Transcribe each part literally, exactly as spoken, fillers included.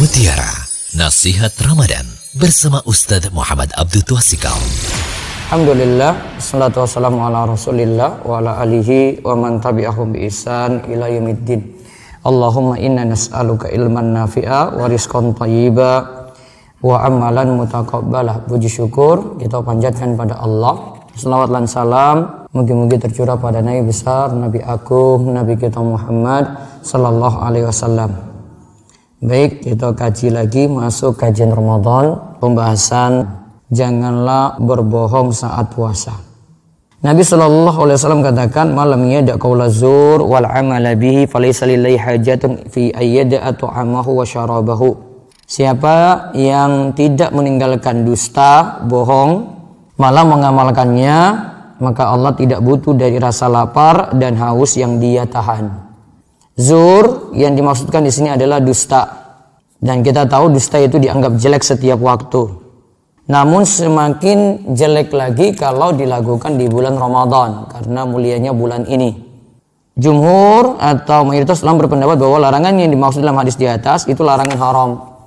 Mutiara Nasihat Ramadan bersama Ustaz Muhammad Abdul Twasikal. Alhamdulillah, salatu wassalamu ala rasulillah wa ala alihi wa man tabi'ahum bi ihsan ila yaumiddin. Allahumma inna nas'aluka ilman nafi'a wa rizqan thayyiba wa amalan mutaqabbalah. Puji syukur kita panjatkan pada Allah. Selawat dan salam mugi-mugi tercurah pada Nabi besar, Nabi agung, Nabi kita Muhammad sallallahu alaihi wasallam. Baik, kita kaji lagi masuk kajian Ramadan, pembahasan janganlah berbohong saat puasa. Nabi sallallahu alaihi wasallam katakan, "Malam yada qaula zur wal amala bihi falaysa lillahi hajatun fi ayyada ta'amahu wa syarabahu." Siapa yang tidak meninggalkan dusta, bohong, malah mengamalkannya, maka Allah tidak butuh dari rasa lapar dan haus yang dia tahan. Zur yang dimaksudkan di sini adalah dusta. Dan kita tahu dusta itu dianggap jelek setiap waktu. Namun semakin jelek lagi kalau dilakukan di bulan Ramadan karena mulianya bulan ini. Jumhur atau mayoritas ulama berpendapat bahwa larangan yang dimaksud dalam hadis di atas itu larangan haram,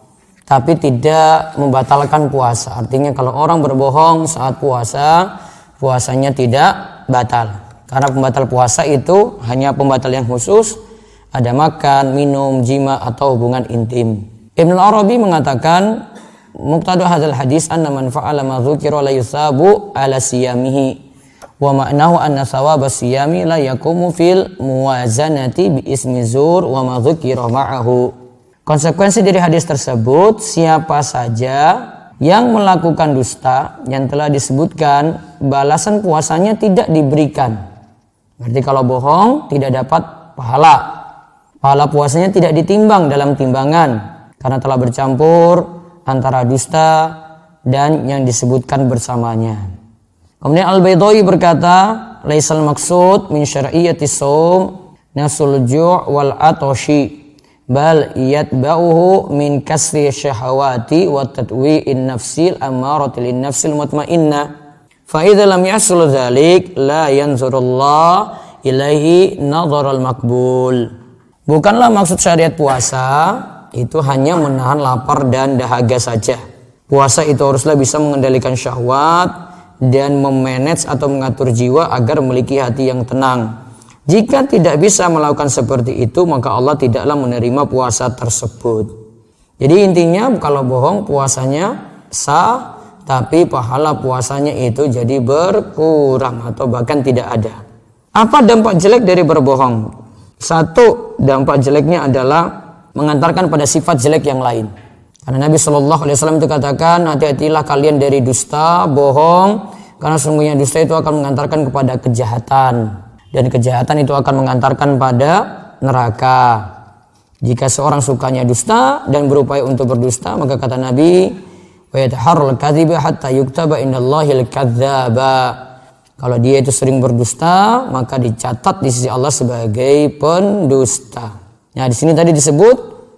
tapi tidak membatalkan puasa. Artinya kalau orang berbohong saat puasa, puasanya tidak batal. Karena pembatal puasa itu hanya pembatal yang khusus, ada makan, minum, jima atau hubungan intim. Ibnu Arabi mengatakan, muqtada hadzal hadis anna man fa'ala ma dzukira la yusabu ala siyamihi wa ma'nahu anna thawaba siyami la yaqumu fil muwazanati bi ismi zur wa ma dzukira ma'ahu. Konsekuensi dari hadis tersebut, siapa saja yang melakukan dusta yang telah disebutkan, balasan puasanya tidak diberikan. Berarti kalau bohong tidak dapat pahala. Pahala puasanya tidak ditimbang dalam timbangan karena telah bercampur antara dusta dan yang disebutkan bersamanya. Kemudian Al-Baidai berkata, "Laisal maqsud min syar'iyyatis shaum nasul ju' wal atashi, bal yatba'uhu min kasri syahawati wa tatwi'in nafsil ammarati lin nafsil mutmainnah. Fa idza lam yasul dzalik la yanzurullah ilaihi nadharal maqbul." Bukanlah maksud syariat puasa itu hanya menahan lapar dan dahaga saja. Puasa itu haruslah bisa mengendalikan syahwat dan memanage atau mengatur jiwa agar memiliki hati yang tenang. Jika tidak bisa melakukan seperti itu, maka Allah tidaklah menerima puasa tersebut. Jadi intinya kalau bohong puasanya sah, tapi pahala puasanya itu jadi berkurang atau bahkan tidak ada. Apa dampak jelek dari berbohong? Satu, dampak jeleknya adalah mengantarkan pada sifat jelek yang lain. Karena Nabi shallallahu alaihi wasallam itu katakan, hati-hatilah kalian dari dusta, bohong, karena sungguhnya dusta itu akan mengantarkan kepada kejahatan. Dan kejahatan itu akan mengantarkan pada neraka. Jika seorang sukanya dusta dan berupaya untuk berdusta, maka kata Nabi, wa yataharral kadhiba hatta yuktaba indallahil kadzdzaba. Kalau dia itu sering berdusta, maka dicatat di sisi Allah sebagai pendusta. Nah, di sini tadi disebut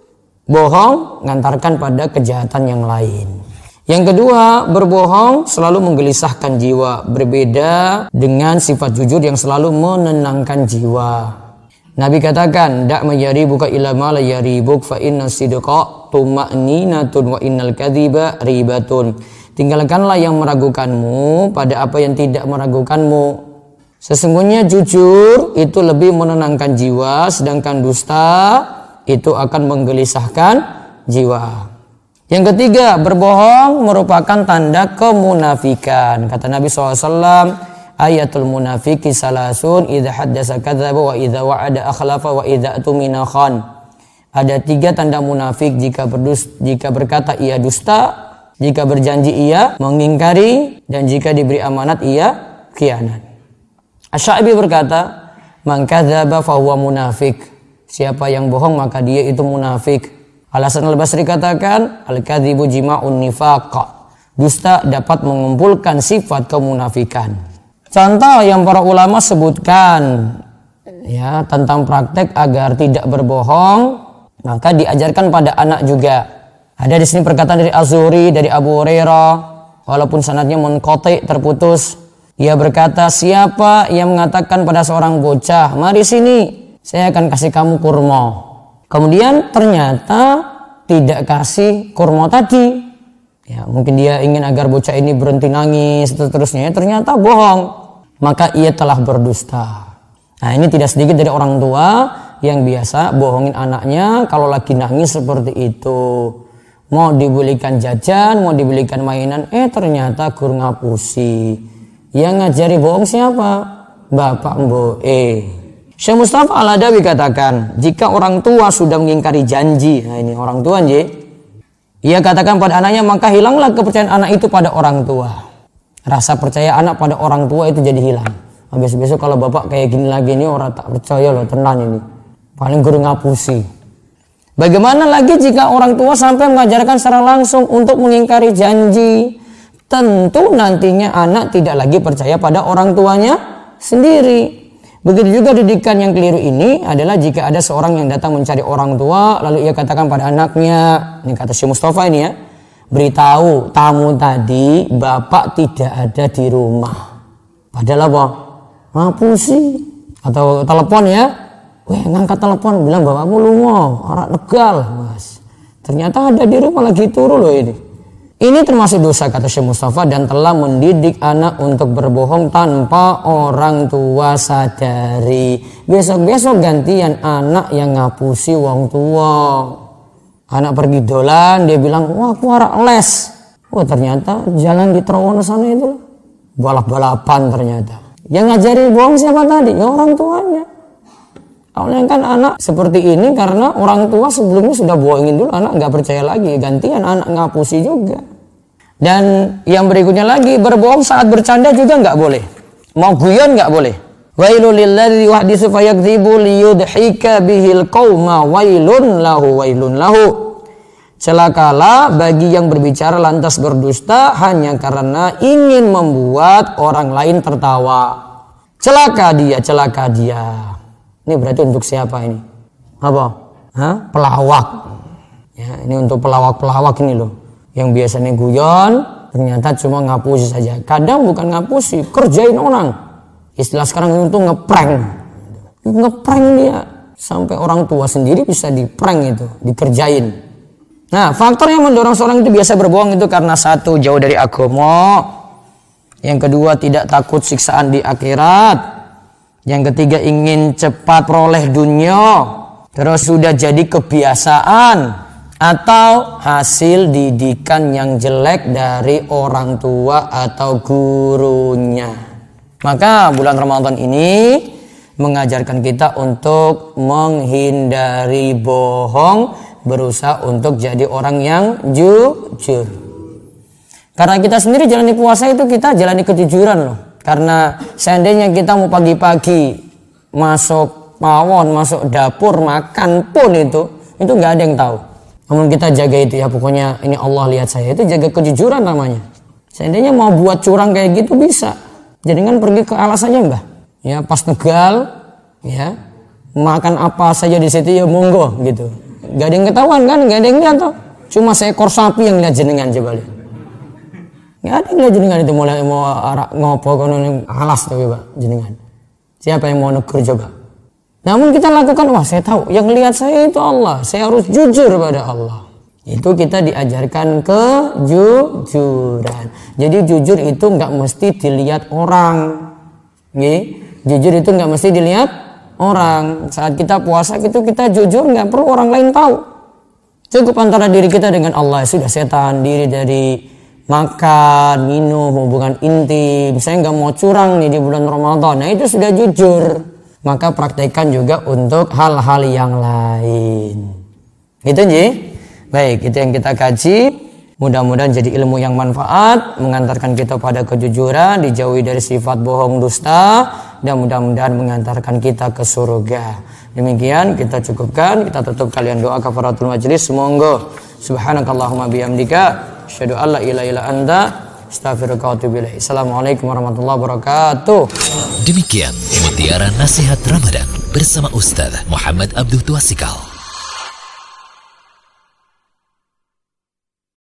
bohong mengantarkan pada kejahatan yang lain. Yang kedua, berbohong selalu menggelisahkan jiwa, berbeda dengan sifat jujur yang selalu menenangkan jiwa. Nabi katakan, "Da' ma yaribuka ila ma la yaribuk fa inna sidqa tuma'ninatun wa innal kadhiba ribatun." Tinggalkanlah yang meragukanmu pada apa yang tidak meragukanmu. Sesungguhnya jujur itu lebih menenangkan jiwa, sedangkan dusta itu akan menggelisahkan jiwa. Yang ketiga, berbohong merupakan tanda kemunafikan. Kata Nabi shallallahu alaihi wasallam, ayatul munafiki salasun, idza haddasa kadzdzaba wa idza wa'ada akhlafa wa idza atumina khan. Ada tiga tanda munafik, jika berdus, jika berkata ia dusta, jika berjanji ia mengingkari, dan jika diberi amanat ia khianat. Asy-Sya'bi berkata, "Man kadzdzaba fa huwa munafik." Siapa yang bohong maka dia itu munafik. Al-Hasan Al-Basri katakan, "Al-kadzibu jima'un nifaq." Dusta dapat mengumpulkan sifat kemunafikan. Contoh yang para ulama sebutkan ya tentang praktek agar tidak berbohong, maka diajarkan pada anak juga. Ada di sini perkataan dari Az-Zuhri, dari Abu Hurairah, walaupun sanadnya munqati, terputus. Ia berkata, siapa yang mengatakan pada seorang bocah, mari sini, saya akan kasih kamu kurma. Kemudian ternyata tidak kasih kurma tadi. Ya, mungkin dia ingin agar bocah ini berhenti nangis seterusnya, ternyata bohong, maka ia telah berdusta. Nah, ini tidak sedikit dari orang tua yang biasa bohongin anaknya kalau lagi nangis seperti itu. Mau dibelikan jajan, mau dibelikan mainan, eh ternyata guru ngapusi. Yang ngajari bohong siapa? Bapak Mboe. Syekh Mustafa Al-Adawi katakan, jika orang tua sudah mengingkari janji, nah ini orang tua nje, ia katakan pada anaknya, maka hilanglah kepercayaan anak itu pada orang tua. Rasa percaya anak pada orang tua itu jadi hilang. Nah, besok-besok kalau bapak kayak gini lagi, ini orang tak percaya loh, tenan ini. Paling guru ngapusi. Bagaimana lagi jika orang tua sampai mengajarkan secara langsung untuk mengingkari janji? Tentu nantinya anak tidak lagi percaya pada orang tuanya sendiri. Begitu juga didikan yang keliru ini adalah jika ada seorang yang datang mencari orang tua, lalu ia katakan pada anaknya, ini kata Syekh Mustafa ini ya, beritahu tamu tadi bapak tidak ada di rumah. Padahal apa? Ngapusi. Atau telepon ya, weh ngangkat telepon bilang bapakmu lungo, orang Tegal mas. Ternyata ada di rumah lagi turu loh ini. Ini termasuk dosa kata Syekh Mustafa dan telah mendidik anak untuk berbohong tanpa orang tua sadari. Besok-besok gantian anak yang ngapusi wong tua. Anak pergi dolan, dia bilang, wah aku arek les. Wah ternyata jalan di Terowongan sana itu balap-balapan ternyata. Yang ngajari bohong siapa tadi? Ya orang tuanya. Awalnya kan anak seperti ini karena orang tua sebelumnya sudah bohongin dulu, anak nggak percaya lagi, gantian anak ngapusi juga. Dan yang berikutnya lagi, berbohong saat bercanda juga nggak boleh, mau guyon nggak boleh. Wailul lilladzi yuhaditsu fayakdzibu liyudhika bihil qauma wailun lahu wailun lahu. Celakalah bagi yang berbicara lantas berdusta hanya karena ingin membuat orang lain tertawa. Celaka dia, celaka dia. Ini berarti untuk siapa ini? Apa? Hah? Pelawak. Ya, ini untuk pelawak-pelawak ini loh. Yang biasanya guyon, ternyata cuma ngapusi saja. Kadang bukan ngapusi, kerjain orang. Istilah sekarang itu ngeprank. Ngeprank dia. Sampai orang tua sendiri bisa diprank itu, dikerjain. Nah, faktor yang mendorong seorang itu biasa berbohong itu karena satu, jauh dari agama. Yang kedua, tidak takut siksaan di akhirat. Yang ketiga, ingin cepat peroleh dunia, terus sudah jadi kebiasaan, atau hasil didikan yang jelek dari orang tua atau gurunya. Maka bulan Ramadan ini mengajarkan kita untuk menghindari bohong, berusaha untuk jadi orang yang jujur. Karena kita sendiri jalani puasa itu kita jalani kejujuran loh. Karena seandainya kita mau pagi-pagi masuk pawon, masuk dapur, makan pun itu, itu nggak ada yang tahu. Namun kita jaga itu ya, pokoknya ini Allah lihat saya, itu jaga kejujuran namanya. Seandainya mau buat curang kayak gitu bisa. Jadi kan pergi ke alas saja mbah. Ya pas Tegal, ya makan apa saja di situ ya monggo gitu. Gak ada yang ketahuan kan, gak ada yang lihat toh. Cuma seekor sapi yang lihat jenengan coba lihat. Nggak ada yang jenengan itu mulai mau arak ngopo kono alas tapi Pak jenengan. Siapa yang mau negur coba? Namun kita lakukan, wah saya tahu yang lihat saya itu Allah, saya harus jujur pada Allah. Itu kita diajarkan kejujuran. Jadi jujur itu nggak mesti dilihat orang. Nggih, jujur itu nggak mesti dilihat orang. Saat kita puasa itu kita jujur, nggak perlu orang lain tahu. Cukup antara diri kita dengan Allah. Sudah saya tahan diri dari makan, minum, hubungan intim. Saya nggak mau curang nih di bulan Ramadan. Nah itu sudah jujur. Maka praktekkan juga untuk hal-hal yang lain. Itu nggih. Baik, itu yang kita kaji. Mudah-mudahan jadi ilmu yang manfaat, mengantarkan kita pada kejujuran, dijauhi dari sifat bohong dusta, dan mudah-mudahan mengantarkan kita ke surga. Demikian kita cukupkan, kita tutup kalian doa kafaratul majlis. Semoga subhanakallahumma bihamdika asyhadu an la ilaha illa anta astaghfiruka wa atubu ilaik. Assalamualaikum warahmatullahi wabarakatuh. Demikian mutiara nasihat Ramadan bersama Ustaz Muhammad Abdul Tuasikal.